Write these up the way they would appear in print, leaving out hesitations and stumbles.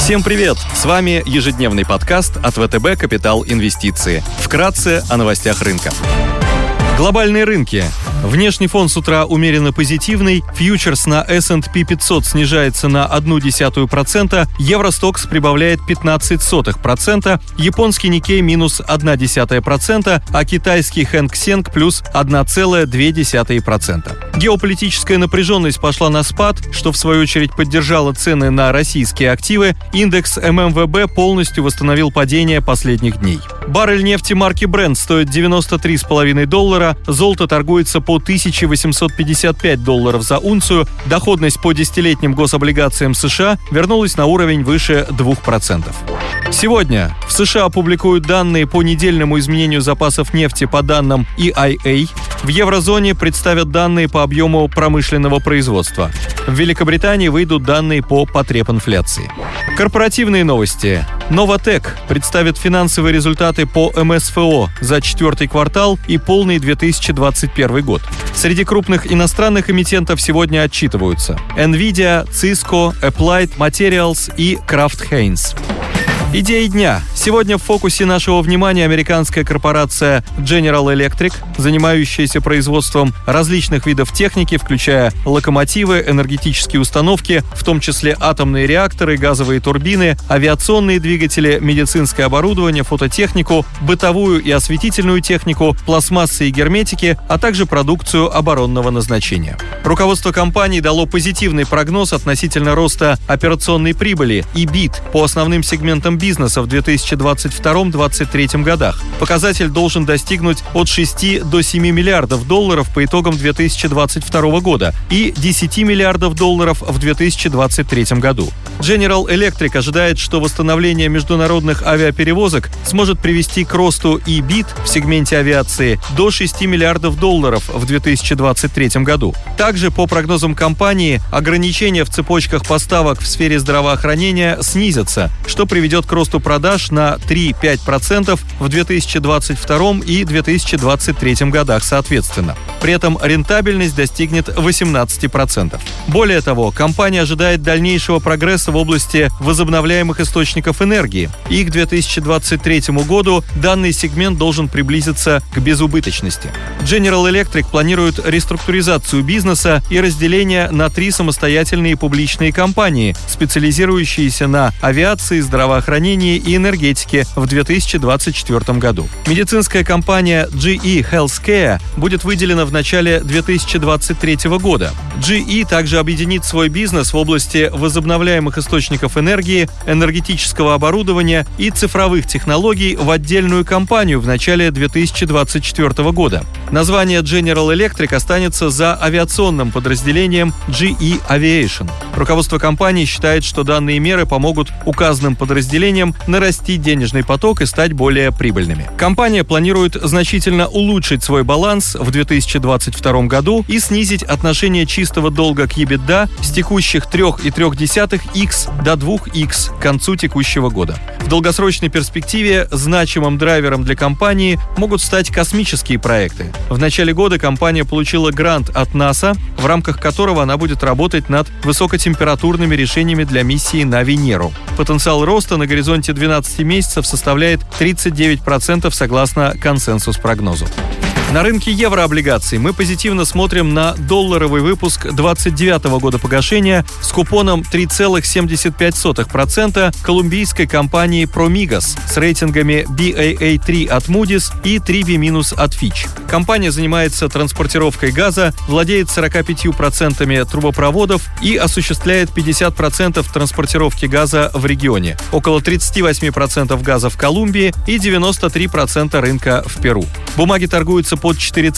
Всем привет! С вами ежедневный подкаст от ВТБ «Капитал Инвестиции». Вкратце о новостях рынка. Глобальные рынки. Внешний фон с утра умеренно позитивный, фьючерс на S&P 500 снижается на 0,1%, Евростокс прибавляет 0,15%, японский Никей минус 0,1%, а китайский Хэнк Сенг плюс 1,2%. Геополитическая напряженность пошла на спад, что в свою очередь поддержало цены на российские активы. Индекс ММВБ полностью восстановил падение последних дней. Баррель нефти марки Brent стоит $93,5, золото торгуется по $1855 за унцию, доходность по десятилетним гособлигациям США вернулась на уровень выше 2%. Сегодня в США опубликуют данные по недельному изменению запасов нефти по данным EIA. В еврозоне представят данные по объему промышленного производства. В Великобритании выйдут данные по потребинфляции. Корпоративные новости. Новатэк представит финансовые результаты по МСФО за четвертый квартал и полный 2021 год. Среди крупных иностранных эмитентов сегодня отчитываются NVIDIA, Cisco, Applied Materials и Kraft Heinz. Идеи дня. Сегодня в фокусе нашего внимания американская корпорация General Electric, занимающаяся производством различных видов техники, включая локомотивы, энергетические установки, в том числе атомные реакторы, газовые турбины, авиационные двигатели, медицинское оборудование, фототехнику, бытовую и осветительную технику, пластмассы и герметики, а также продукцию оборонного назначения. Руководство компании дало позитивный прогноз относительно роста операционной прибыли EBIT по основным сегментам бизнеса в 2022-2023 годах. Показатель должен достигнуть от 6 до 7 миллиардов долларов по итогам 2022 года и 10 миллиардов долларов в 2023 году. General Electric ожидает, что восстановление международных авиаперевозок сможет привести к росту EBIT в сегменте авиации до 6 миллиардов долларов в 2023 году. Также, по прогнозам компании, ограничения в цепочках поставок в сфере здравоохранения снизятся, что приведет к росту продаж на 3-5% в 2022 и 2023 годах соответственно. При этом рентабельность достигнет 18%. Более того, компания ожидает дальнейшего прогресса в области возобновляемых источников энергии, и к 2023 году данный сегмент должен приблизиться к безубыточности. General Electric планирует реструктуризацию бизнеса и разделение на 3 самостоятельные публичные компании, специализирующиеся на авиации, здравоохранении и энергетике в 2024 году. Медицинская компания GE Healthcare будет выделена в начале 2023 года. GE также объединит свой бизнес в области возобновляемых источников энергии, энергетического оборудования и цифровых технологий в отдельную компанию в начале 2024 года. Название General Electric останется за авиационным подразделением GE Aviation. Руководство компании считает, что данные меры помогут указанным подразделениям нарастить денежный поток и стать более прибыльными. Компания планирует значительно улучшить свой баланс в 2022 году и снизить отношение чистого долга к EBITDA с текущих 3,3x до 2x к концу текущего года. В долгосрочной перспективе значимым драйвером для компании могут стать космические проекты. В начале года компания получила грант от НАСА, в рамках которого она будет работать над высокотемпературными решениями для миссии на Венеру. Потенциал роста на горизонте 12 месяцев составляет 39% согласно консенсус-прогнозу. На рынке еврооблигаций мы позитивно смотрим на долларовый выпуск 2029 года погашения с купоном 3,75% колумбийской компании Promigos с рейтингами Baa3 от Moody's и 3B- от Fitch. Компания занимается транспортировкой газа, владеет 45% трубопроводов и осуществляет 50% транспортировки газа в регионе, около 38% газа в Колумбии и 93% рынка в Перу. Бумаги торгуются под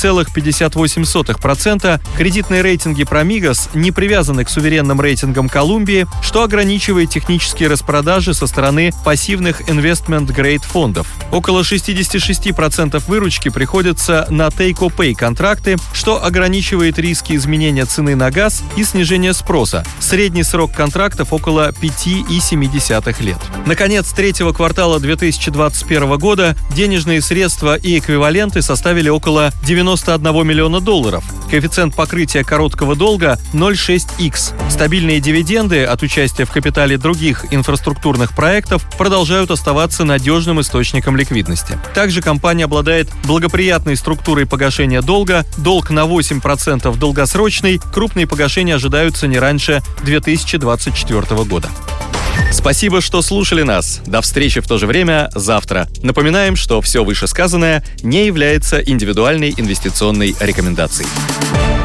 4,58%. Кредитные рейтинги Promigos не привязаны к суверенным рейтингам Колумбии, что ограничивает технические распродажи со стороны пассивных investment-grade фондов. Около 66% выручки приходится на take-or-pay контракты, что ограничивает риски изменения цены на газ и снижения спроса. Средний срок контрактов около 5,7 лет. Наконец, третьего квартала 2021 года денежные средства и эквиваленты составили около около $91 миллиона. Коэффициент покрытия короткого долга 0,6x. Стабильные дивиденды от участия в капитале других инфраструктурных проектов продолжают оставаться надежным источником ликвидности. Также компания обладает благоприятной структурой погашения долга, долг на 8% долгосрочный, крупные погашения ожидаются не раньше 2024 года. Спасибо, что слушали нас. До встречи в то же время завтра. Напоминаем, что все вышесказанное не является индивидуальной инвестиционной рекомендацией.